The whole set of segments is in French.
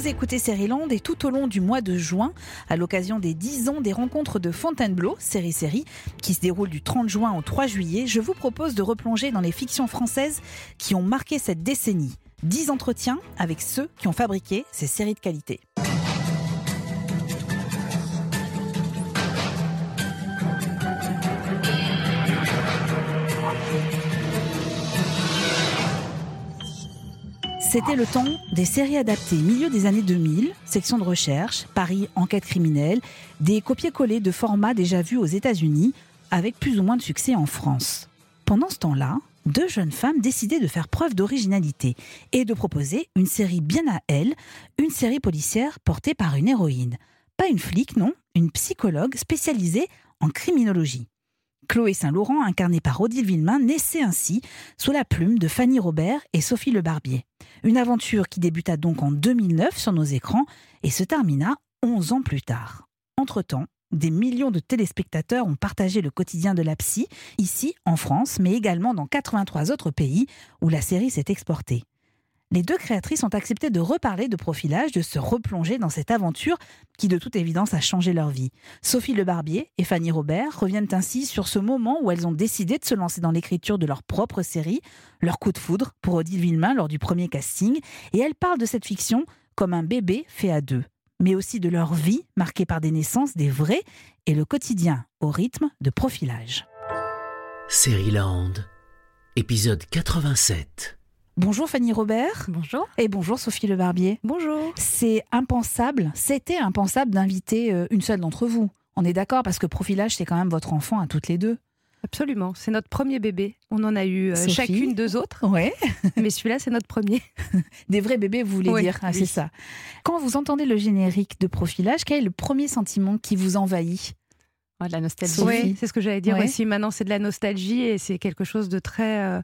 écoutez Sérieland et tout au long du mois de juin, à l'occasion des 10 ans des rencontres de Fontainebleau, série, qui se déroulent du 30 juin au 3 juillet, je vous propose de replonger dans les fictions françaises qui ont marqué cette décennie. 10 entretiens avec ceux qui ont fabriqué ces séries de qualité. C'était le temps des séries adaptées, milieu des années 2000, section de recherche, Paris, enquête criminelle, des copier-coller de formats déjà vus aux États-Unis, avec plus ou moins de succès en France. Pendant ce temps-là, deux jeunes femmes décidaient de faire preuve d'originalité et de proposer une série bien à elles, une série policière portée par une héroïne. Pas une flic, non, une psychologue spécialisée en criminologie. Chloé Saint-Laurent, incarnée par Odile Villemain, naissait ainsi sous la plume de Fanny Robert et Sophie Le Barbier. Une aventure qui débuta donc en 2009 sur nos écrans et se termina 11 ans plus tard. Entre-temps, des millions de téléspectateurs ont partagé le quotidien de la psy, ici en France, mais également dans 83 autres pays où la série s'est exportée. Les deux créatrices ont accepté de reparler de profilage, de se replonger dans cette aventure qui de toute évidence a changé leur vie. Sophie Le Barbier et Fanny Robert reviennent ainsi sur ce moment où elles ont décidé de se lancer dans l'écriture de leur propre série, leur coup de foudre pour Odile Villemain lors du premier casting, et elles parlent de cette fiction comme un bébé fait à deux, mais aussi de leur vie marquée par des naissances, des vrais, et le quotidien au rythme de profilage. Sérieland, épisode 87. Bonjour Fanny Robert. Bonjour. Et bonjour Sophie Le Barbier. Bonjour. C'était impensable d'inviter une seule d'entre vous. On est d'accord parce que Profilage, c'est quand même votre enfant à toutes les deux. Absolument, c'est notre premier bébé. On en a eu chacune 2 autres. Ouais. Mais celui-là, c'est notre premier. Des vrais bébés, vous voulez dire, oui. C'est ça. Quand vous entendez le générique de Profilage, quel est le premier sentiment qui vous envahit ? De la nostalgie. Sophie. Oui, c'est ce que j'allais dire Ouais. aussi. Maintenant, c'est de la nostalgie et c'est quelque chose de très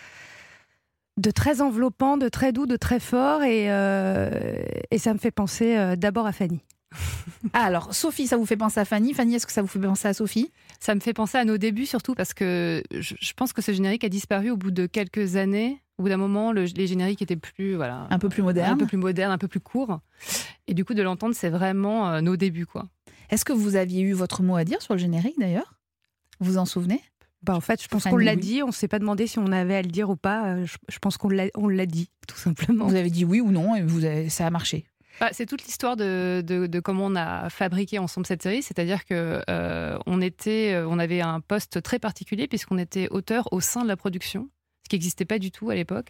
enveloppant, de très doux, de très fort. Et ça me fait penser d'abord à Fanny. Alors, Sophie, ça vous fait penser à Fanny. Fanny, est-ce que ça vous fait penser à Sophie ? Ça me fait penser à nos débuts surtout parce que je pense que ce générique a disparu au bout de quelques années. Au bout d'un moment, les génériques étaient plus, un peu plus modernes. Un peu plus modernes, un peu plus courts. Et du coup, de l'entendre, c'est vraiment nos débuts, quoi. Est-ce que vous aviez eu votre mot à dire sur le générique d'ailleurs ? Vous vous en souvenez ? En fait, je pense Fanny, qu'on l'a oui. dit. On ne s'est pas demandé si on avait à le dire ou pas. Je pense qu'on l'a dit, tout simplement. Vous avez dit oui ou non et ça a marché. C'est toute l'histoire de comment on a fabriqué ensemble cette série, c'est-à-dire que on avait un poste très particulier puisqu'on était auteur au sein de la production, ce qui n'existait pas du tout à l'époque.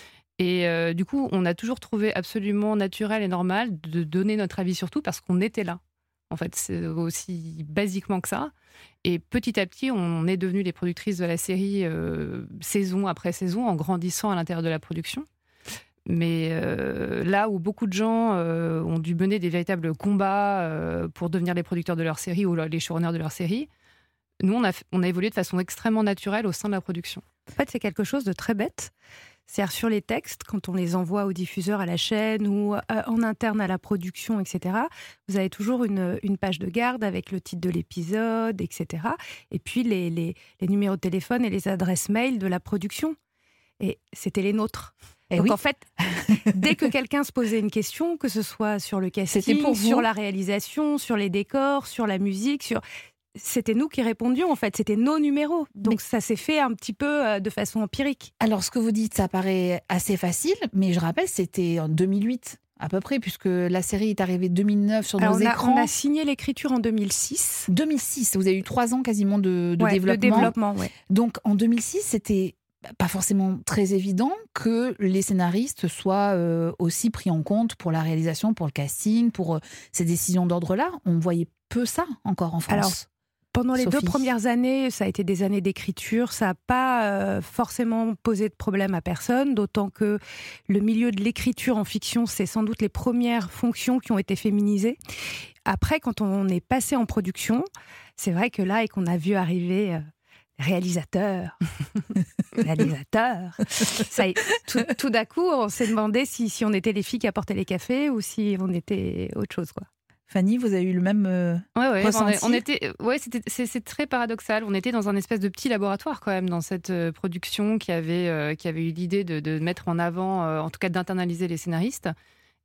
Et du coup, on a toujours trouvé absolument naturel et normal de donner notre avis sur tout parce qu'on était là. En fait, c'est aussi basiquement que ça. Et petit à petit, on est devenues les productrices de la série saison après saison en grandissant à l'intérieur de la production. Mais là où beaucoup de gens ont dû mener des véritables combats pour devenir les producteurs de leur série ou les showrunners de leur série, nous, on a évolué de façon extrêmement naturelle au sein de la production. En fait, c'est quelque chose de très bête. C'est-à-dire sur les textes, quand on les envoie aux diffuseurs à la chaîne ou en interne à la production, etc., vous avez toujours une page de garde avec le titre de l'épisode, etc. Et puis les numéros de téléphone et les adresses mail de la production. Et c'était les nôtres. Donc oui. en fait, dès que quelqu'un se posait une question, que ce soit sur le casting, pour vous. sur la réalisation, sur les décors, sur la musique, c'était nous qui répondions en fait, c'était nos numéros. Donc ça s'est fait un petit peu de façon empirique. Alors ce que vous dites, ça paraît assez facile, mais je rappelle, c'était en 2008 à peu près, puisque la série est arrivée 2009 sur nos écrans. On a signé l'écriture en 2006. 2006, vous avez eu 3 ans quasiment de développement. De développement, ouais. Donc en 2006, c'était pas forcément très évident que les scénaristes soient aussi pris en compte pour la réalisation, pour le casting, pour ces décisions d'ordre-là. On voyait peu ça encore en France. Alors, pendant les Sophie. 2 premières années, ça a été des années d'écriture. Ça n'a pas forcément posé de problème à personne, d'autant que le milieu de l'écriture en fiction, c'est sans doute les premières fonctions qui ont été féminisées. Après, quand on est passé en production, c'est vrai que là, et qu'on a vu arriver... réalisateur. Ça, tout d'un coup, on s'est demandé si on était les filles qui apportaient les cafés ou si on était autre chose, quoi. Fanny, vous avez eu le même ressenti ? C'est très paradoxal. On était dans un espèce de petit laboratoire quand même dans cette production qui avait eu l'idée de mettre en avant, en tout cas d'internaliser les scénaristes.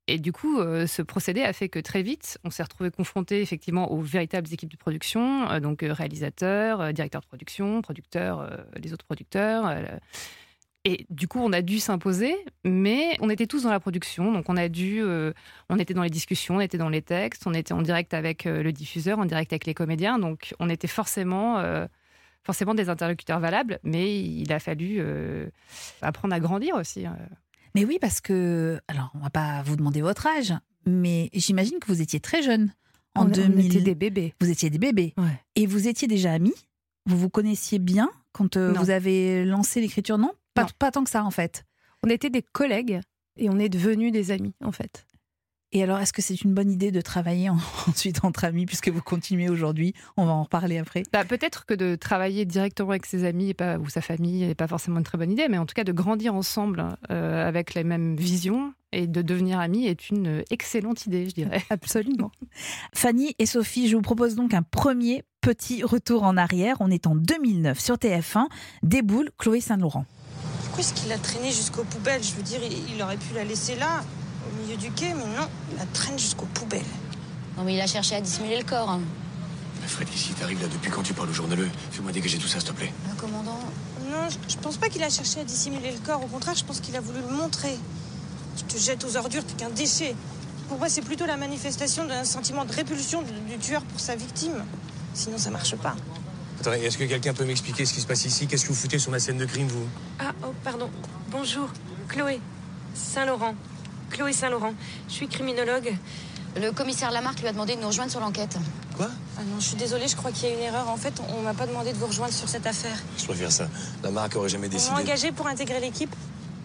Et du coup, ce procédé a fait que très vite, on s'est retrouvé confronté effectivement aux véritables équipes de production, donc réalisateurs, directeurs de production, producteurs, les autres producteurs. Et du coup, on a dû s'imposer, mais on était tous dans la production, donc on était dans les discussions, on était dans les textes, on était en direct avec le diffuseur, en direct avec les comédiens, donc on était forcément des interlocuteurs valables, mais il a fallu apprendre à grandir aussi. Mais oui, parce que, alors on va pas vous demander votre âge, mais j'imagine que vous étiez très jeune en 2000. On était des bébés. Vous étiez des bébés. Ouais. Et vous étiez déjà amis? Vous vous connaissiez bien quand vous avez lancé l'écriture? Non, pas tant que ça en fait. On était des collègues et on est devenus des amis en fait. Et alors, est-ce que c'est une bonne idée de travailler ensuite entre amis, puisque vous continuez aujourd'hui? On va en reparler après. Peut-être que de travailler directement avec ses amis ou sa famille n'est pas forcément une très bonne idée, mais en tout cas de grandir ensemble avec les mêmes visions et de devenir amis est une excellente idée, je dirais. Absolument. Fanny et Sophie, je vous propose donc un premier petit retour en arrière. On est en 2009 sur TF1, déboule Chloé Saint-Laurent. Pourquoi est-ce qu'il l'a traînée jusqu'aux poubelles? Je veux dire, il aurait pu la laisser là, au milieu du quai, mais non, il la traîne jusqu'aux poubelles. Non, mais il a cherché à dissimuler le corps. Mais Freddy, si t'arrives là depuis quand tu parles au journaleux, fais-moi dégager tout ça, s'il te plaît. Commandant. Non, je pense pas qu'il a cherché à dissimuler le corps. Au contraire, je pense qu'il a voulu le montrer. Tu te jettes aux ordures, t'es qu'un déchet. Pour moi, c'est plutôt la manifestation d'un sentiment de répulsion du tueur pour sa victime. Sinon, ça marche pas. Attendez, est-ce que quelqu'un peut m'expliquer ce qui se passe ici? Qu'est-ce que vous foutez sur ma scène de crime, vous? Ah, oh, pardon. Bonjour. Chloé Saint-Laurent. Chloé Saint-Laurent. Je suis criminologue. Le commissaire Lamarck lui a demandé de nous rejoindre sur l'enquête. Quoi? Ah non, je suis désolée, je crois qu'il y a une erreur. En fait, on m'a pas demandé de vous rejoindre sur cette affaire. Je préfère ça. La marque aurait jamais On décidé. m'a engagée pour intégrer l'équipe.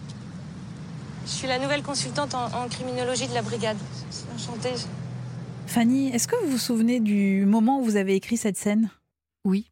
Je suis la nouvelle consultante en criminologie de la brigade. Enchantée. Fanny, est-ce que vous vous souvenez du moment où vous avez écrit cette scène? Oui.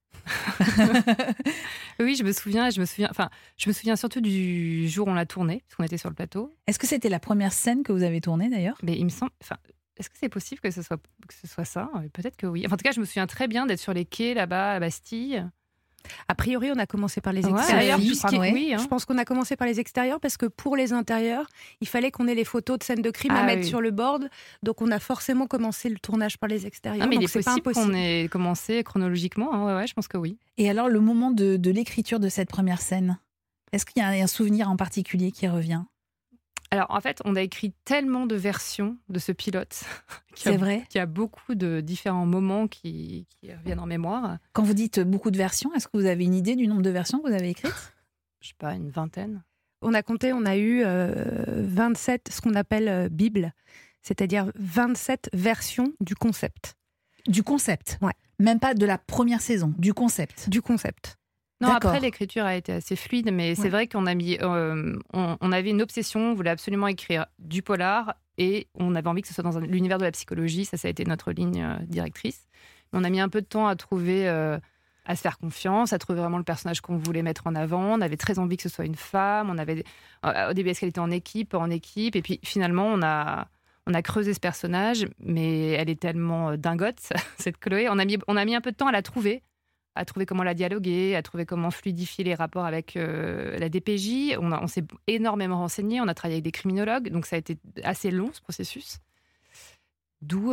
Oui, je me souviens surtout du jour où on l'a tournée, parce qu'on était sur le plateau. Est-ce que c'était la première scène que vous avez tournée d'ailleurs? Mais il me semble, est-ce que c'est possible que ce soit ça? Peut-être que oui. Enfin, en tout cas, je me souviens très bien d'être sur les quais là-bas à Bastille. A priori, on a commencé par les Ouais, extérieurs. oui, hein. Je pense qu'on a commencé par les extérieurs parce que pour les intérieurs, il fallait qu'on ait les photos de scènes de crime à mettre sur le board. Donc, on a forcément commencé le tournage par les extérieurs. Ah, mais donc, il est possible qu'on ait commencé chronologiquement. Hein. Ouais, je pense que oui. Et alors, le moment de l'écriture de cette première scène, est-ce qu'il y a un souvenir en particulier qui revient? Alors, en fait, on a écrit tellement de versions de ce pilote C'est vrai. qu'il y a beaucoup de différents moments qui reviennent en mémoire. Quand vous dites beaucoup de versions, est-ce que vous avez une idée du nombre de versions que vous avez écrites? Je sais pas, une vingtaine. On a compté, on a eu 27, ce qu'on appelle Bible, c'est-à-dire 27 versions du concept. Du concept? Ouais. Même pas de la première saison, du concept? Du concept. Non, D'accord. après, l'écriture a été assez fluide, mais c'est vrai qu'on a mis, on avait une obsession, on voulait absolument écrire du polar et on avait envie que ce soit dans l'univers de la psychologie. Ça a été notre ligne directrice. On a mis un peu de temps à trouver, à se faire confiance, à trouver vraiment le personnage qu'on voulait mettre en avant. On avait très envie que ce soit une femme. Au début, est-ce qu'elle était en équipe, et puis finalement, on a creusé ce personnage, mais elle est tellement dingote, cette Chloé. On a mis un peu de temps à la trouver. À trouver comment la dialoguer, à trouver comment fluidifier les rapports avec la DPJ. On s'est énormément renseigné, on a travaillé avec des criminologues, donc ça a été assez long ce processus. D'où,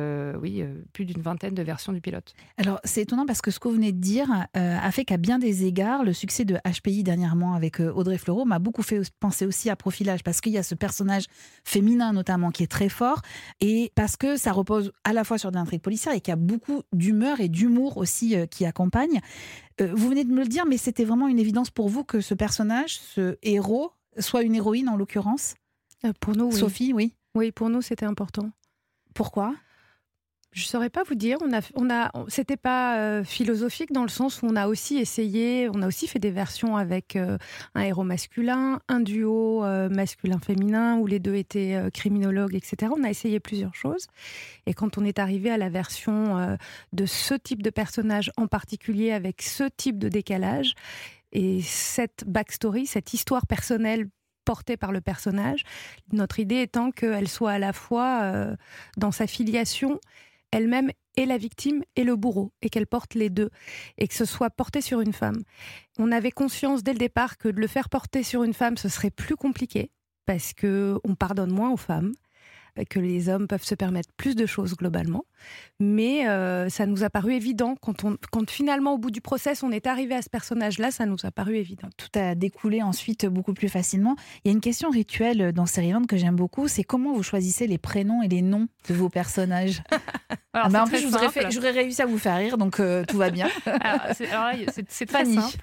plus d'une vingtaine de versions du pilote. Alors, c'est étonnant parce que ce que vous venez de dire a fait qu'à bien des égards, le succès de HPI dernièrement avec Audrey Fleurot m'a beaucoup fait penser aussi à Profilage, parce qu'il y a ce personnage féminin notamment qui est très fort, et parce que ça repose à la fois sur de l'intrigue policière et qu'il y a beaucoup d'humeur et d'humour aussi qui accompagne. Vous venez de me le dire, mais c'était vraiment une évidence pour vous que ce personnage, ce héros, soit une héroïne en l'occurrence? Pour nous, oui. Sophie, oui. Oui, pour nous, c'était important. Pourquoi? Je ne saurais pas vous dire. C'était pas philosophique dans le sens où on a aussi fait des versions avec un héros masculin, un duo masculin-féminin où les deux étaient criminologues, etc. On a essayé plusieurs choses. Et quand on est arrivé à la version de ce type de personnage en particulier avec ce type de décalage et cette backstory, cette histoire personnelle portée par le personnage, notre idée étant qu'elle soit à la fois dans sa filiation, elle-même est la victime et le bourreau, et qu'elle porte les deux, et que ce soit porté sur une femme. On avait conscience dès le départ que de le faire porter sur une femme, ce serait plus compliqué, parce qu'on pardonne moins aux femmes, que les hommes peuvent se permettre plus de choses globalement. Mais ça nous a paru évident. Quand finalement, au bout du process, on est arrivé à ce personnage-là, ça nous a paru évident. Tout a découlé ensuite beaucoup plus facilement. Il y a une question rituelle dans Seriland que j'aime beaucoup, c'est comment vous choisissez les prénoms et les noms de vos personnages. En plus, j'aurais réussi à vous faire rire, donc tout va bien. C'est très simple.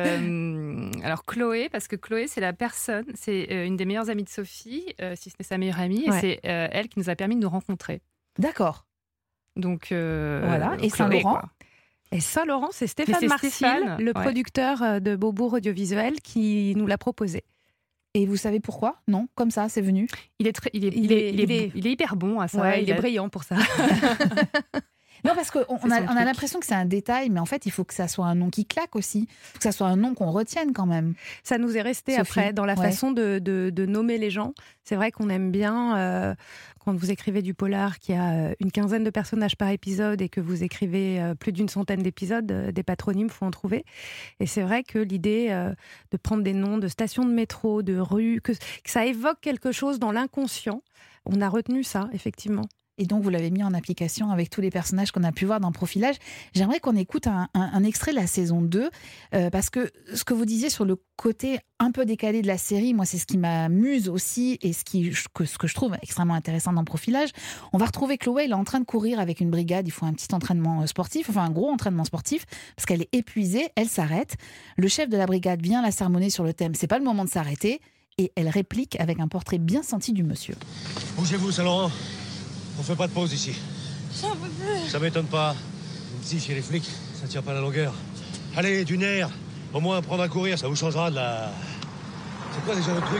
Alors Chloé, parce que Chloé, c'est la personne, c'est une des meilleures amies de Sophie, si ce n'est sa meilleure amie, et c'est elle qui nous a permis de nous rencontrer. D'accord. Donc voilà. Et Chloé, Saint-Laurent. Et Saint-Laurent, c'est Stéphane Marcil, le producteur de Beaubourg Audiovisuel, qui nous l'a proposé. Et vous savez pourquoi ? Non, comme ça, c'est venu. Il est hyper bon à ça. Ouais, il est brillant pour ça. Non, parce qu'on a l'impression que c'est un détail, mais en fait, il faut que ça soit un nom qui claque aussi. Il faut que ça soit un nom qu'on retienne quand même. Ça nous est resté Sophie, après, dans la façon de nommer les gens. C'est vrai qu'on aime bien, quand vous écrivez du polar qui a une quinzaine de personnages par épisode et que vous écrivez plus d'une centaine d'épisodes, des patronymes, il faut en trouver. Et c'est vrai que l'idée de prendre des noms de stations de métro, de rues, que ça évoque quelque chose dans l'inconscient, on a retenu ça, effectivement. Et donc, vous l'avez mis en application avec tous les personnages qu'on a pu voir dans le profilage. J'aimerais qu'on écoute un extrait de la saison 2, parce que ce que vous disiez sur le côté un peu décalé de la série, moi, c'est ce qui m'amuse aussi et ce que je trouve extrêmement intéressant dans le profilage. On va retrouver Chloé, elle est en train de courir avec une brigade, il faut un petit entraînement sportif, enfin un gros entraînement sportif, parce qu'elle est épuisée, elle s'arrête. Le chef de la brigade vient la sermonner sur le thème « C'est pas le moment de s'arrêter » et elle réplique avec un portrait bien senti du monsieur. Bougez-vous, Saint-Laurent. On fait pas de pause ici. J'en peux plus. Ça m'étonne pas. Ici, chez les flics, ça tire pas la longueur. Allez, du nerf. Au moins, apprendre à courir, ça vous changera de la... C'est quoi déjà votre truc ?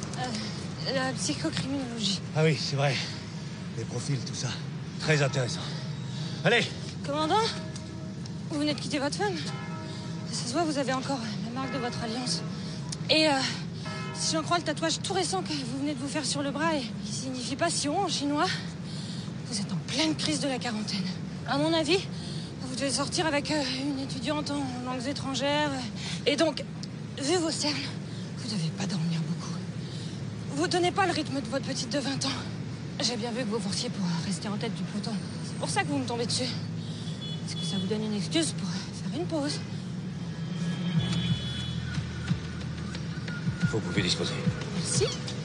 La psychocriminologie. Ah oui, c'est vrai. Les profils, tout ça. Très intéressant. Allez. Commandant, vous venez de quitter votre femme. Ça se voit, vous avez encore la marque de votre alliance. Et si j'en crois le tatouage tout récent que vous venez de vous faire sur le bras et qui signifie passion en chinois, vous êtes en pleine crise de la quarantaine. À mon avis, vous devez sortir avec une étudiante en langues étrangères. Et donc, vu vos cernes, vous devez pas dormir beaucoup. Vous tenez pas le rythme de votre petite de 20 ans. J'ai bien vu que vous forciez pour rester en tête du peloton. C'est pour ça que vous me tombez dessus. Est-ce que ça vous donne une excuse pour faire une pause ? Vous pouvez disposer. Merci.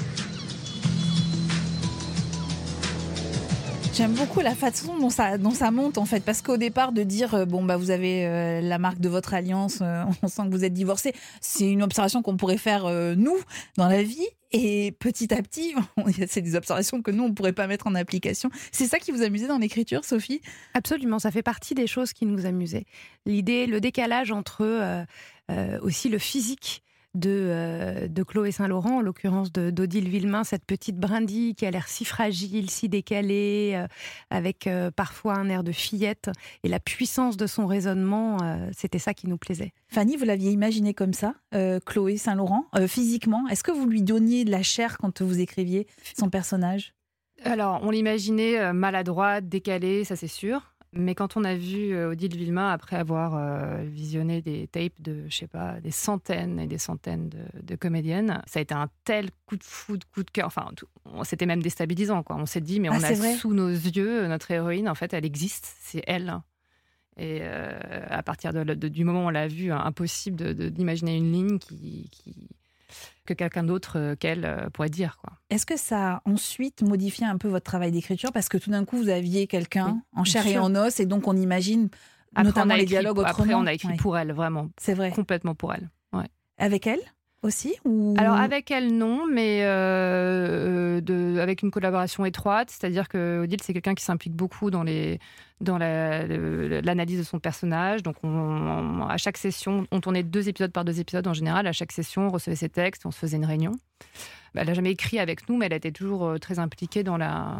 J'aime beaucoup la façon dont ça monte en fait, parce qu'au départ de dire vous avez la marque de votre alliance, on sent que vous êtes divorcés, c'est une observation qu'on pourrait faire nous dans la vie, et petit à petit c'est des observations que nous on pourrait pas mettre en application. C'est ça qui vous amusait dans l'écriture, Sophie ? Absolument, ça fait partie des choses qui nous amusaient. L'idée, le décalage entre aussi le physique de Chloé Saint-Laurent, en l'occurrence d'Odile Villemain, cette petite brindille qui a l'air si fragile, si décalée, avec parfois un air de fillette, et la puissance de son raisonnement, c'était ça qui nous plaisait. Fanny, vous l'aviez imaginé comme ça, Chloé Saint-Laurent, physiquement ? Est-ce que vous lui donniez de la chair quand vous écriviez son personnage ? Alors, on l'imaginait maladroite, décalée, ça c'est sûr. Mais quand on a vu Odile Villemain, après avoir visionné des tapes de, je sais pas, des centaines et des centaines de comédiennes, ça a été un tel coup de foudre, coup de cœur. Enfin, c'était même déstabilisant, quoi. On s'est dit, mais on a sous nos yeux notre héroïne, en fait, elle existe, c'est elle. Et à partir du moment où on l'a vue, impossible d'imaginer une ligne que quelqu'un d'autre qu'elle pourrait dire, quoi. Est-ce que ça a ensuite modifié un peu votre travail d'écriture ? Parce que tout d'un coup, vous aviez quelqu'un en chair et en os, et donc on imagine notamment les dialogues autrement. Après, on a écrit pour elle, vraiment. C'est vrai. Complètement pour elle. Ouais. Avec elle aussi ou... Alors, avec elle, non, mais avec une collaboration étroite. C'est-à-dire que Odile, c'est quelqu'un qui s'implique beaucoup dans l'analyse de son personnage. Donc, à chaque session, on tournait 2 épisodes par 2 épisodes en général. À chaque session, on recevait ses textes, on se faisait une réunion. Elle n'a jamais écrit avec nous, mais elle a été toujours très impliquée dans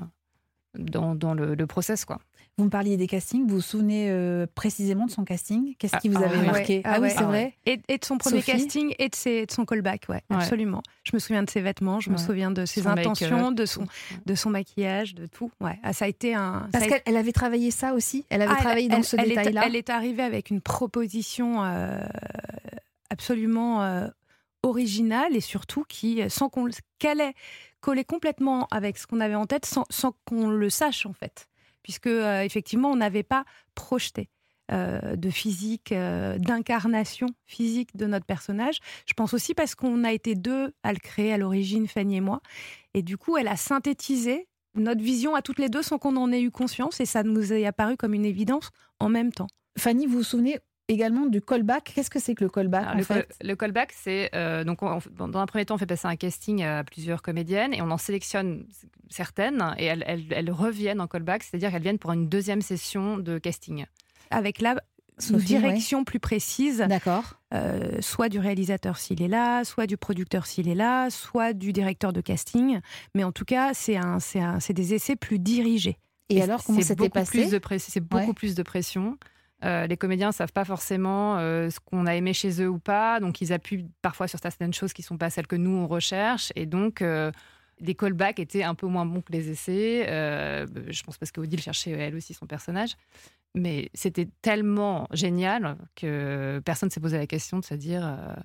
le process, quoi. Vous me parliez des castings, vous vous souvenez précisément de son casting ? Qu'est-ce qui vous avait marqué ? Oui, c'est vrai. Et de son premier casting et de son callback, absolument. Je me souviens de ses vêtements, je me souviens de ses intentions, de son maquillage, de tout. Ouais. Ça a été un... Parce qu'elle avait travaillé ça aussi ? Elle avait travaillé dans ce détail-là ? Elle est arrivée avec une proposition absolument original et surtout sans qu'on collait complètement avec ce qu'on avait en tête, sans qu'on le sache en fait. Puisque effectivement, on n'avait pas projeté de physique, d'incarnation physique de notre personnage. Je pense aussi parce qu'on a été 2 à le créer à l'origine, Fanny et moi. Et du coup, elle a synthétisé notre vision à toutes les 2 sans qu'on en ait eu conscience. Et ça nous est apparu comme une évidence en même temps. Fanny, vous vous souvenez également du callback. Qu'est-ce que c'est que le callback Le callback, c'est donc dans un premier temps, on fait passer un casting à plusieurs comédiennes et on en sélectionne certaines et elles reviennent en callback, c'est-à-dire qu'elles viennent pour une deuxième session de casting. Avec une direction plus précise. D'accord. Soit du réalisateur s'il est là, soit du producteur s'il est là, soit du directeur de casting. Mais en tout cas, c'est des essais plus dirigés. Et alors, comment c'était passé ? C'est beaucoup plus de pression. Les comédiens ne savent pas forcément ce qu'on a aimé chez eux ou pas, donc ils appuient parfois sur certaines choses qui ne sont pas celles que nous, on recherche. Et donc, les callbacks étaient un peu moins bons que les essais. Je pense parce qu'Odile cherchait elle aussi son personnage. Mais c'était tellement génial que personne ne s'est posé la question de se dire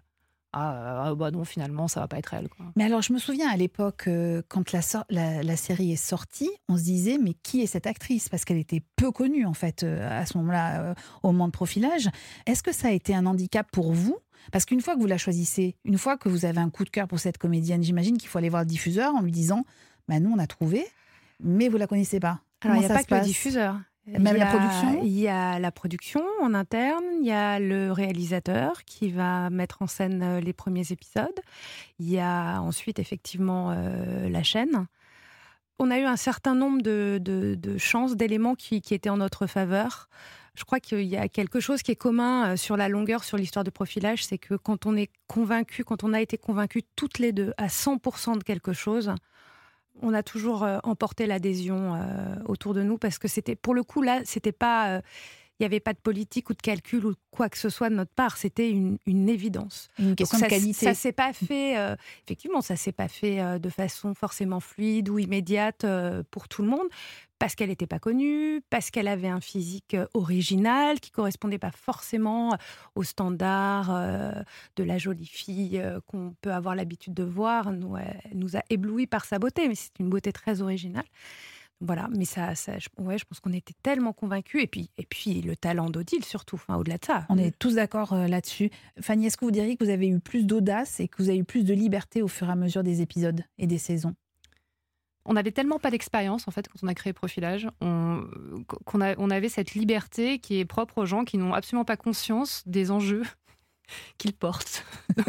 bah non, finalement, ça ne va pas être elle, quoi. Mais alors, je me souviens à l'époque, quand la série est sortie, on se disait, mais qui est cette actrice ? Parce qu'elle était peu connue, en fait, à ce moment-là, au moment de profilage. Est-ce que ça a été un handicap pour vous ? Parce qu'une fois que vous la choisissez, une fois que vous avez un coup de cœur pour cette comédienne, j'imagine qu'il faut aller voir le diffuseur en lui disant, bah nous, on a trouvé, mais vous ne la connaissez pas. Alors, il n'y a pas que le diffuseur. Même la production ? Il y a la production en interne, il y a le réalisateur qui va mettre en scène les premiers épisodes, il y a ensuite effectivement la chaîne. On a eu un certain nombre de chances, d'éléments qui étaient en notre faveur. Je crois qu'il y a quelque chose qui est commun sur la longueur, sur l'histoire de profilage, c'est que quand on est convaincu, quand on a été convaincus toutes les 2 à 100% de quelque chose, on a toujours emporté l'adhésion autour de nous parce que c'était, pour le coup, là, c'était pas, il n'y avait pas de politique ou de calcul ou quoi que ce soit de notre part. C'était une évidence. Une question de qualité. Ça s'est pas fait, effectivement, ça s'est pas fait de façon forcément fluide ou immédiate pour tout le monde. Parce qu'elle n'était pas connue, parce qu'elle avait un physique original qui ne correspondait pas forcément aux standards de la jolie fille qu'on peut avoir l'habitude de voir. Elle nous a éblouis par sa beauté, mais c'est une beauté très originale. Voilà, mais je pense qu'on était tellement convaincus. Et puis le talent d'Odile surtout, au-delà de ça. On est tous d'accord là-dessus. Fanny, est-ce que vous diriez que vous avez eu plus d'audace et que vous avez eu plus de liberté au fur et à mesure des épisodes et des saisons ? On n'avait tellement pas d'expérience en fait quand on a créé Profilage, qu'on avait cette liberté qui est propre aux gens qui n'ont absolument pas conscience des enjeux qu'ils portent.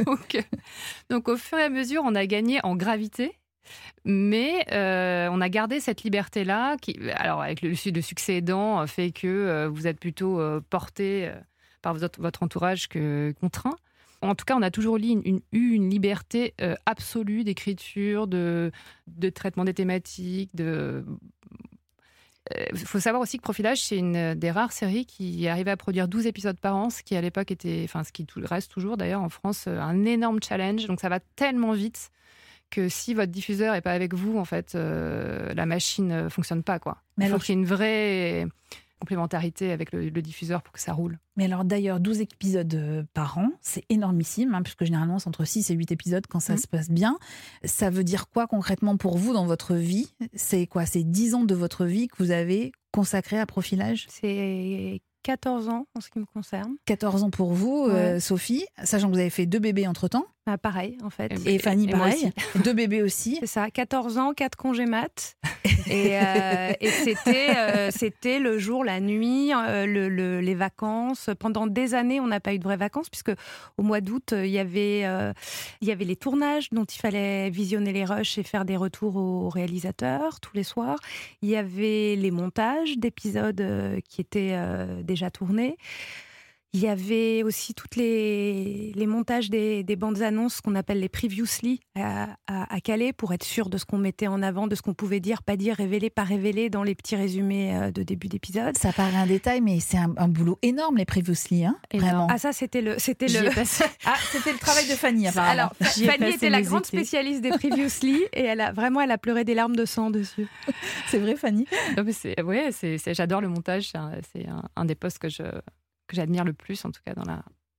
Donc au fur et à mesure, on a gagné en gravité, mais on a gardé cette liberté-là. Alors avec le succès aidant, fait que vous êtes plutôt porté par votre entourage que contraint. En tout cas, on a toujours eu une liberté absolue d'écriture, de traitement des thématiques. Faut savoir aussi que Profilage, c'est une des rares séries qui arrivait à produire 12 épisodes par an, ce qui à l'époque était, ce qui reste toujours d'ailleurs en France, un énorme challenge. Donc ça va tellement vite que si votre diffuseur n'est pas avec vous, en fait, la machine ne fonctionne pas, quoi. Il faut qu'il y ait une vraie complémentarité avec le diffuseur pour que ça roule. Mais alors d'ailleurs, 12 épisodes par an, c'est énormissime, puisque généralement c'est entre 6 et 8 épisodes quand ça se passe bien. Ça veut dire quoi concrètement pour vous dans votre vie ? C'est quoi ? C'est 10 ans de votre vie que vous avez consacré à Profilage ? C'est 14 ans en ce qui me concerne. 14 ans pour vous, Sophie, sachant que vous avez fait 2 bébés entre-temps. Pareil, en fait. Et Fanny, pareil. 2 bébés aussi. C'est ça, 14 ans, 4 congés mat. Et c'était le jour, la nuit, les vacances. Pendant des années, on n'a pas eu de vraies vacances, puisque au mois d'août, il y avait les tournages dont il fallait visionner les rushs et faire des retours aux réalisateurs tous les soirs. Il y avait les montages d'épisodes qui étaient déjà tournés. Il y avait aussi tous les montages des bandes annonces qu'on appelle les previously à Calais pour être sûr de ce qu'on mettait en avant, de ce qu'on pouvait dire, pas dire, révéler, pas révéler dans les petits résumés de début d'épisode. Ça paraît un détail, mais c'est un boulot énorme, les previously, vraiment. Ah, ça, c'était le travail de Fanny, apparemment. Alors, Fanny était la grande spécialiste des previously et elle a pleuré des larmes de sang dessus. C'est vrai, Fanny ? Non, mais j'adore le montage, c'est un des postes que j'admire le plus, en tout cas dans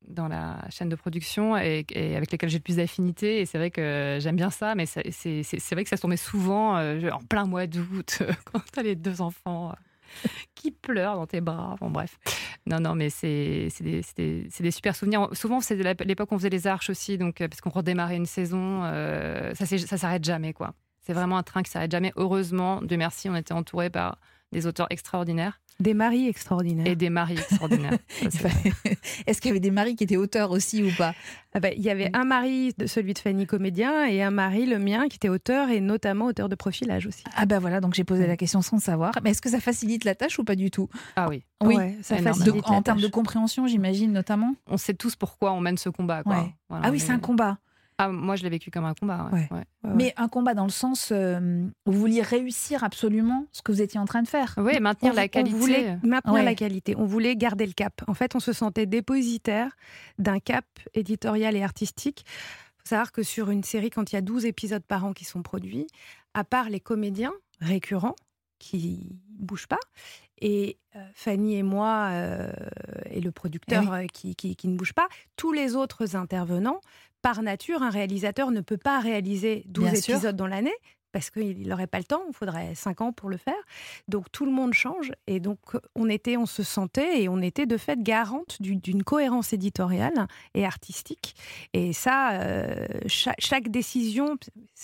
dans la chaîne de production et avec lesquels j'ai le plus d'affinité. Et c'est vrai que j'aime bien ça, mais c'est vrai que ça se tournait souvent en plein mois d'août, quand t'as les 2 enfants qui pleurent dans tes bras. Bon, bref. Non, mais c'est des super souvenirs. Souvent, c'est l'époque où on faisait les arches aussi, donc, parce qu'on redémarrait une saison. Ça s'arrête jamais, quoi. C'est vraiment un train qui s'arrête jamais. Heureusement, Dieu merci, on était entourés par des auteurs extraordinaires. Des maris extraordinaires. Et des maris extraordinaires. Est-ce qu'il y avait des maris qui étaient auteurs aussi ou pas ? Il y avait un mari, celui de Fanny, comédien, et un mari, le mien, qui était auteur, et notamment auteur de profilage aussi. Voilà, donc j'ai posé la question sans le savoir. Mais est-ce que ça facilite la tâche ou pas du tout ? Ah oui. Oui, ouais, ça facilite en termes de compréhension, j'imagine, notamement. On sait tous pourquoi on mène ce combat, quoi. Ouais. Voilà, c'est un combat. Moi, je l'ai vécu comme un combat. Ouais. Mais un combat dans le sens où vous vouliez réussir absolument ce que vous étiez en train de faire. Oui, maintenir la qualité. On voulait maintenir la qualité. On voulait garder le cap. En fait, on se sentait dépositaire d'un cap éditorial et artistique. Il faut savoir que sur une série, quand il y a 12 épisodes par an qui sont produits, à part les comédiens récurrents qui ne bougent pas, et Fanny et moi, et le producteur qui ne bouge pas, tous les autres intervenants, par nature, un réalisateur ne peut pas réaliser 12 épisodes dans l'année parce qu'il n'aurait pas le temps, il faudrait 5 ans pour le faire. Donc tout le monde change et donc on se sentait et on était de fait garante d'une cohérence éditoriale et artistique. Et ça, chaque décision,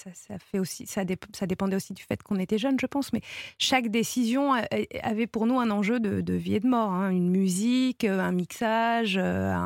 ça dépendait aussi du fait qu'on était jeunes, je pense, mais chaque décision avait pour nous un enjeu de vie et de mort, hein, une musique, un mixage,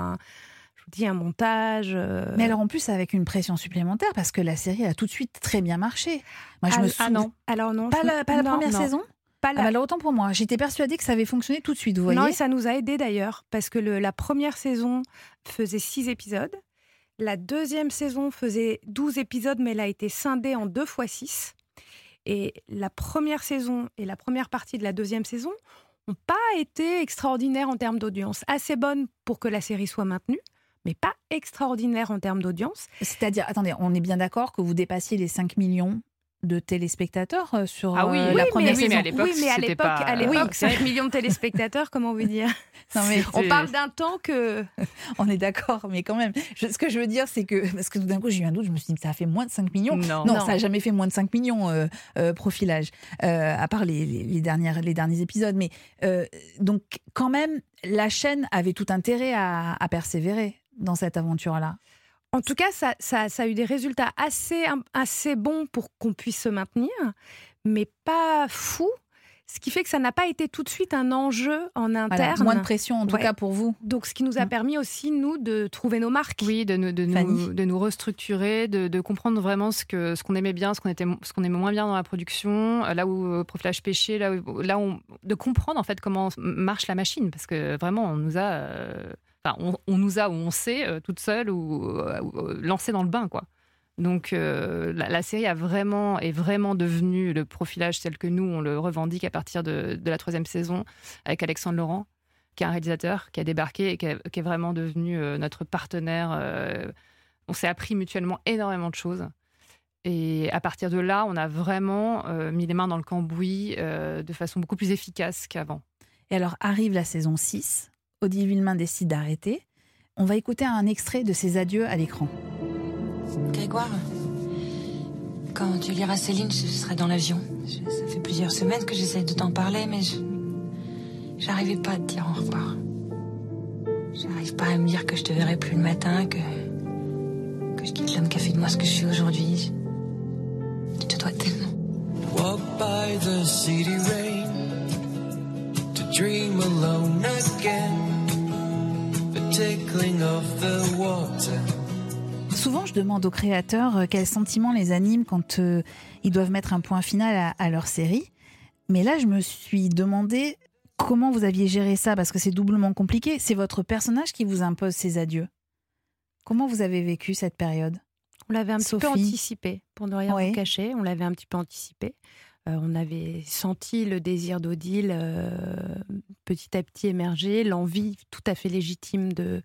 un montage. Mais alors en plus avec une pression supplémentaire parce que la série a tout de suite très bien marché. Moi je me souviens. Non. Alors non. Pas la première saison. Alors autant pour moi. J'étais persuadée que ça avait fonctionné tout de suite. Vous voyez. Non, et ça nous a aidés d'ailleurs parce que la première saison faisait 6 épisodes. La deuxième saison faisait 12 épisodes, mais elle a été scindée en 2 fois 6. Et la première saison et la première partie de la deuxième saison n'ont pas été extraordinaires en termes d'audience. Assez bonnes pour que la série soit maintenue, mais pas extraordinaire en termes d'audience. C'est-à-dire, attendez, on est bien d'accord que vous dépassiez les 5 millions de téléspectateurs sur la première saison. Mais à l'époque, 5 millions de téléspectateurs, comment vous dire ? On parle d'un temps que... On est d'accord, mais quand même. Ce que je veux dire, c'est que... Parce que tout d'un coup, j'ai eu un doute, je me suis dit, ça a fait moins de 5 millions. Non, ça n'a jamais fait moins de 5 millions, profilage, à part les derniers épisodes. Mais donc, quand même, la chaîne avait tout intérêt à persévérer dans cette aventure-là. En tout cas, ça a eu des résultats assez bons pour qu'on puisse se maintenir, mais pas fou. Ce qui fait que ça n'a pas été tout de suite un enjeu en interne. Moins de pression, en tout cas pour vous. Donc, ce qui nous a permis aussi, nous, de trouver nos marques. Oui, de nous restructurer, de comprendre vraiment ce qu'on aimait bien, ce qu'on aimait moins bien dans la production, là où Profilage pêchait, de comprendre en fait comment marche la machine. Parce que vraiment, on nous a... on nous a, ou on sait, toute seule, ou lancée dans le bain, quoi. Donc, la série est vraiment devenue le profilage tel que nous, on le revendique à partir de la 3e saison, avec Alexandre Laurent, qui est un réalisateur qui a débarqué et qui est vraiment devenu notre partenaire. On s'est appris mutuellement énormément de choses. Et à partir de là, on a vraiment mis les mains dans le cambouis de façon beaucoup plus efficace qu'avant. Et alors, arrive la saison 6. Odile Villemain décide d'arrêter. On va écouter un extrait de ses adieux à l'écran. Grégoire, quand tu liras Céline, je serai dans l'avion. Ça fait plusieurs semaines que j'essaie de t'en parler, mais j'arrivais pas à te dire au revoir. J'arrive pas à me dire que je te verrai plus le matin, que je quitte l'homme qui a fait de moi ce que je suis aujourd'hui. Je te dois tellement. Walk by the city rain, to dream alone again, the tickling of the water. Souvent, je demande aux créateurs quels sentiments les animent quand ils doivent mettre un point final à leur série. Mais là, je me suis demandé comment vous aviez géré ça, parce que c'est doublement compliqué. C'est votre personnage qui vous impose ses adieux. Comment vous avez vécu cette période ? On l'avait un petit peu anticipé, pour ne rien vous cacher. On l'avait un petit peu anticipé. On avait senti le désir d'Odile petit à petit émerger, l'envie tout à fait légitime de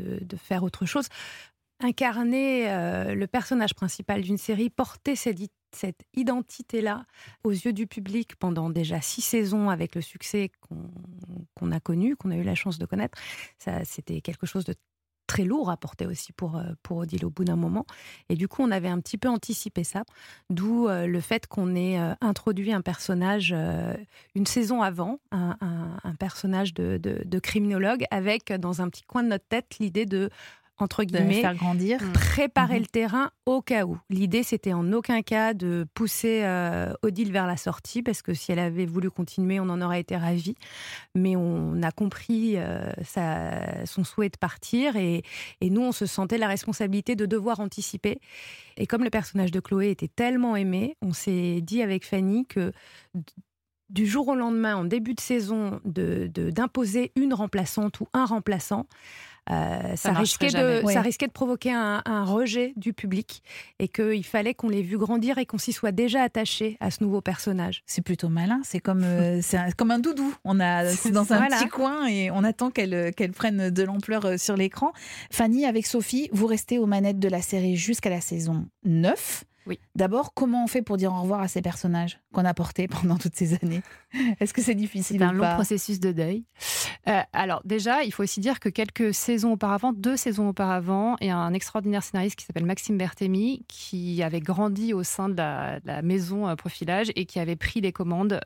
faire autre chose. Incarner le personnage principal d'une série, porter cette cette identité-là aux yeux du public pendant déjà 6 saisons avec le succès qu'on a connu, qu'on a eu la chance de connaître. Ça, c'était quelque chose de très lourd à porter aussi pour Odile au bout d'un moment. Et du coup, on avait un petit peu anticipé ça, d'où le fait qu'on ait introduit un personnage une saison avant, un personnage de criminologue, avec dans un petit coin de notre tête l'idée de, entre guillemets, faire grandir, préparer le terrain au cas où. L'idée, c'était en aucun cas de pousser Odile vers la sortie, parce que si elle avait voulu continuer, on en aurait été ravis. Mais on a compris son souhait de partir, et nous, on se sentait la responsabilité de devoir anticiper. Et comme le personnage de Chloé était tellement aimé, on s'est dit avec Fanny que du jour au lendemain, en début de saison, d'imposer une remplaçante ou un remplaçant, ça risquait de provoquer un rejet du public, et qu'il fallait qu'on l'ait vu grandir et qu'on s'y soit déjà attaché à ce nouveau personnage. C'est plutôt malin, c'est comme un doudou. C'est dans un petit coin et on attend qu'elle prenne de l'ampleur sur l'écran. Fanny, avec Sophie, vous restez aux manettes de la série jusqu'à la saison 9. Oui. D'abord, comment on fait pour dire au revoir à ces personnages qu'on a portés pendant toutes ces années ? Est-ce que c'est difficile ? C'est un long processus de deuil. Alors déjà, il faut aussi dire que 2 saisons auparavant, il y a un extraordinaire scénariste qui s'appelle Maxime Berthemi, qui avait grandi au sein de la maison Profilage et qui avait pris les commandes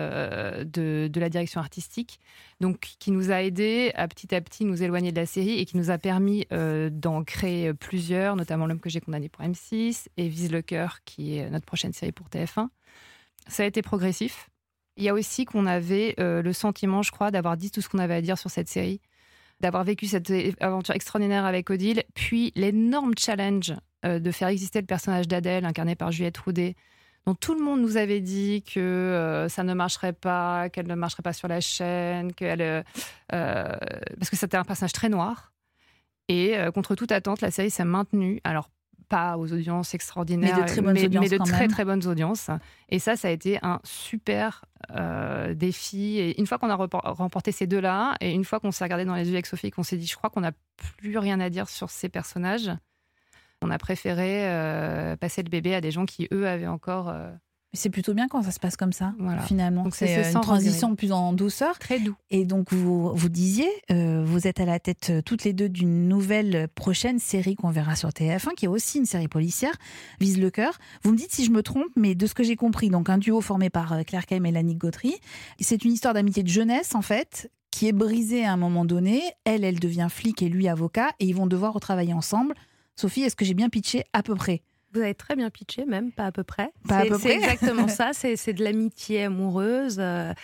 de la direction artistique, donc qui nous a aidés à petit nous éloigner de la série et qui nous a permis d'en créer plusieurs, notamment L'homme que j'ai condamné pour M6 et Vise le cœur, qui est notre prochaine série pour TF1. Ça a été progressif. Il y a aussi qu'on avait le sentiment, je crois, d'avoir dit tout ce qu'on avait à dire sur cette série, d'avoir vécu cette aventure extraordinaire avec Odile, puis l'énorme challenge de faire exister le personnage d'Adèle, incarné par Juliette Roudet, dont tout le monde nous avait dit que ça ne marcherait pas, qu'elle ne marcherait pas sur la chaîne, parce que c'était un personnage très noir. Et contre toute attente, la série s'est maintenue. Alors, pas aux audiences extraordinaires, mais de très bonnes audiences. Et ça a été un super défi. Et une fois qu'on a remporté ces 2-là, et une fois qu'on s'est regardé dans les yeux avec Sophie, qu'on s'est dit, je crois qu'on n'a plus rien à dire sur ces personnages, on a préféré passer le bébé à des gens qui, eux, avaient encore... C'est plutôt bien quand ça se passe comme ça, voilà. Finalement. Donc c'est une transition plus en douceur. Très doux. Et donc, vous disiez, vous êtes à la tête toutes les deux d'une nouvelle prochaine série qu'on verra sur TF1, qui est aussi une série policière, Vise le cœur. Vous me dites si je me trompe, mais de ce que j'ai compris, donc un duo formé par Claire Kay et Mélanie Gautry. C'est une histoire d'amitié de jeunesse, en fait, qui est brisée à un moment donné. Elle devient flic et lui avocat, et ils vont devoir retravailler ensemble. Sophie, est-ce que j'ai bien pitché à peu près ? Vous avez très bien pitché, même, pas à peu près. C'est exactement ça, c'est de l'amitié amoureuse,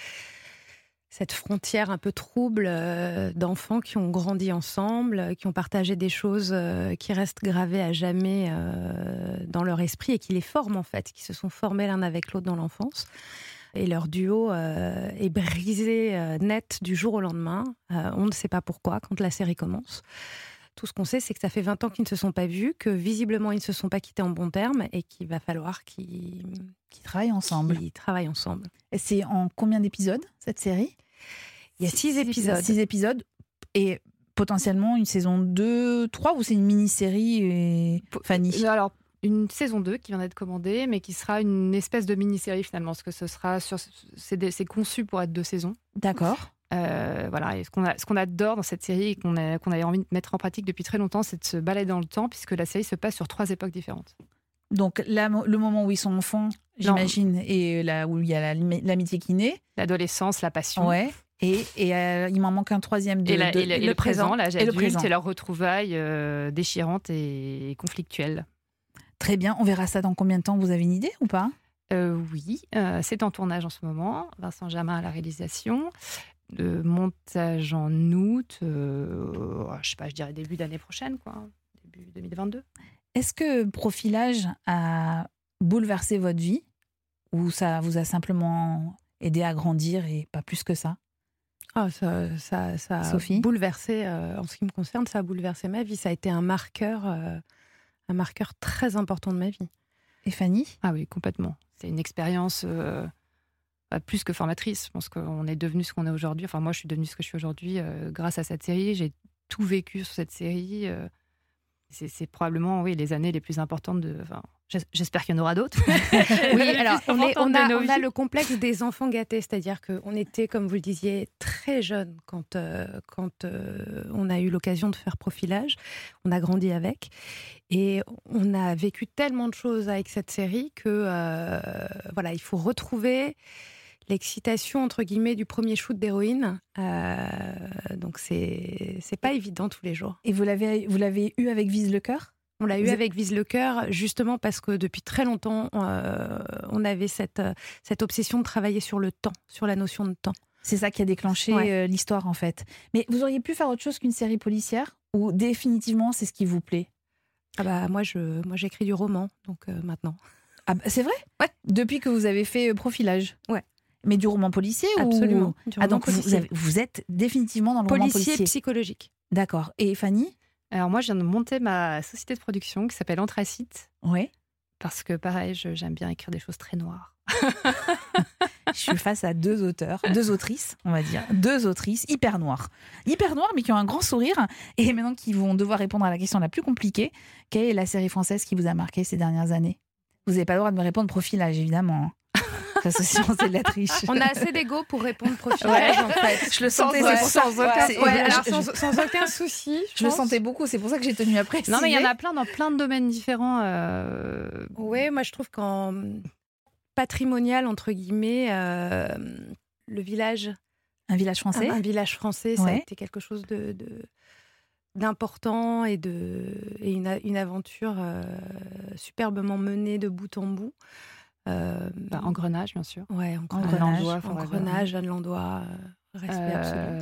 cette frontière un peu trouble d'enfants qui ont grandi ensemble, qui ont partagé des choses qui restent gravées à jamais dans leur esprit et qui les forment, en fait, qui se sont formés l'un avec l'autre dans l'enfance. Et leur duo est brisé net du jour au lendemain. On ne sait pas pourquoi, quand la série commence. Tout ce qu'on sait, c'est que ça fait 20 ans qu'ils ne se sont pas vus, que visiblement ils ne se sont pas quittés en bons termes et qu'il va falloir qu'ils travaillent ensemble. Et c'est en combien d'épisodes, cette série ? Il y a 6 épisodes. 6 épisodes et potentiellement une saison 2, 3 ou c'est une mini-série, Fanny ? Alors, une saison 2 qui vient d'être commandée, mais qui sera une espèce de mini-série finalement, parce que c'est conçu pour être 2 saisons. D'accord. Voilà, et ce qu'on adore dans cette série et qu'on avait envie de mettre en pratique depuis très longtemps, c'est de se balader dans le temps, puisque la série se passe sur 3 époques différentes. Donc le moment où ils sont enfants, j'imagine, et là où il y a l'amitié qui naît. L'adolescence, la passion. Ouais. Et il m'en manque un troisième et le présent, l'âge adulte, et leurs retrouvailles déchirantes et conflictuelles. Très bien, on verra ça dans combien de temps ? Vous avez une idée ou pas ? Oui, c'est en tournage en ce moment. Vincent Jamin à la réalisation. Le montage en août, je sais pas, je dirais début d'année prochaine, quoi, début 2022. Est-ce que Profilage a bouleversé votre vie ou ça vous a simplement aidé à grandir et pas plus que ça ? Ça Sophie ? A bouleversé, en ce qui me concerne, ça a bouleversé ma vie. Ça a été un marqueur très important de ma vie. Et Fanny ? Ah oui, complètement. C'est une expérience plus que formatrice. Je pense qu'on est devenu ce qu'on est aujourd'hui. Enfin, moi, je suis devenue ce que je suis aujourd'hui grâce à cette série. J'ai tout vécu sur cette série. C'est probablement, oui, les années les plus importantes J'espère qu'il y en aura d'autres. Oui, alors on a le complexe des enfants gâtés, c'est-à-dire qu'on était, comme vous le disiez, très jeunes quand on a eu l'occasion de faire Profilage. On a grandi avec et on a vécu tellement de choses avec cette série que il faut retrouver l'excitation entre guillemets du premier shoot d'héroïne. Donc c'est pas évident tous les jours. Et vous l'avez eu avec Vise le cœur ? On l'a eu avec Vise le cœur, justement parce que depuis très longtemps, on avait cette obsession de travailler sur le temps, sur la notion de temps. C'est ça qui a déclenché l'histoire, en fait. Mais vous auriez pu faire autre chose qu'une série policière ? Ou définitivement, c'est ce qui vous plaît ? Moi, j'écris du roman, donc maintenant. Ah bah, c'est vrai ? Ouais. Depuis que vous avez fait Profilage ? Ouais. Mais du roman policier ? Absolument. Donc vous êtes définitivement dans le roman policier. Policier psychologique. D'accord. Et Fanny ? Alors moi, je viens de monter ma société de production qui s'appelle Anthracite. Oui. Parce que pareil, j'aime bien écrire des choses très noires. Je suis face à deux autrices, on va dire. Deux autrices hyper noires. Hyper noires, mais qui ont un grand sourire. Et maintenant, qui vont devoir répondre à la question la plus compliquée. Quelle est la série française qui vous a marqué ces dernières années ? Vous n'avez pas le droit de me répondre Profilage, évidemment. L'association, c'est de la triche. On a assez d'ego pour répondre Profilage, en fait. Je le sentais, c'est pour ça. Sans aucun souci. Je le sentais beaucoup, c'est pour ça que j'ai tenu à préciser. Non, mais il y en a plein dans plein de domaines différents. Oui, moi je trouve qu'en patrimonial, entre guillemets, le village. Un village français. Un village français, ça a été quelque chose d'important et une aventure superbement menée de bout en bout. Engrenage, bien sûr. Ouais, Engrenage, Anne Landois, respect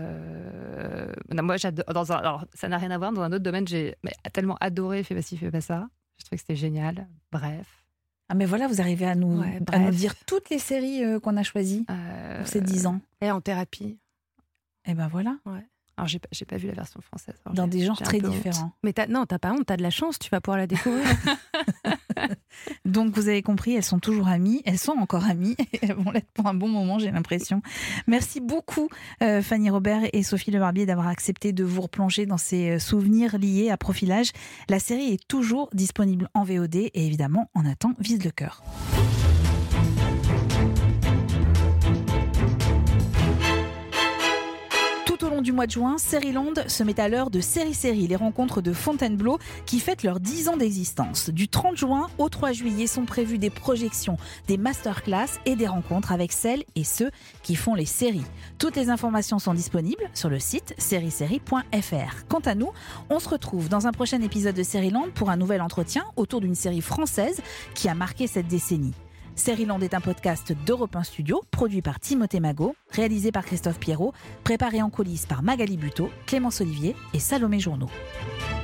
absolu. Moi, j'adore. Alors, ça n'a rien à voir. Dans un autre domaine, j'ai tellement adoré Fais pas ci, fais pas ça. Je trouvais que c'était génial. Bref. Ah, mais voilà, vous arrivez à nous dire toutes les séries qu'on a choisies pour ces 10 ans. Et En thérapie. Et ben voilà. Ouais. Alors, j'ai pas vu la version française. Alors, dans des genres très différents. Mais t'as pas honte, t'as de la chance, tu vas pouvoir la découvrir. Donc, vous avez compris, elles sont toujours amies, elles sont encore amies, et elles vont l'être pour un bon moment, j'ai l'impression. Merci beaucoup, Fanny Robert et Sophie Le Barbier, d'avoir accepté de vous replonger dans ces souvenirs liés à Profilage. La série est toujours disponible en VOD, et évidemment, on attend Vise le cœur. Tout au long du mois de juin, Seriland se met à l'heure de Série, les rencontres de Fontainebleau qui fêtent leurs 10 ans d'existence. Du 30 juin au 3 juillet sont prévues des projections, des masterclass et des rencontres avec celles et ceux qui font les séries. Toutes les informations sont disponibles sur le site seriesérie.fr. Quant à nous, on se retrouve dans un prochain épisode de Seriland pour un nouvel entretien autour d'une série française qui a marqué cette décennie. Seriland est un podcast d'Europe 1 Studio, produit par Timothée Magot, réalisé par Christophe Pierrot, préparé en coulisses par Magali Buteau, Clémence Olivier et Salomé Journeau.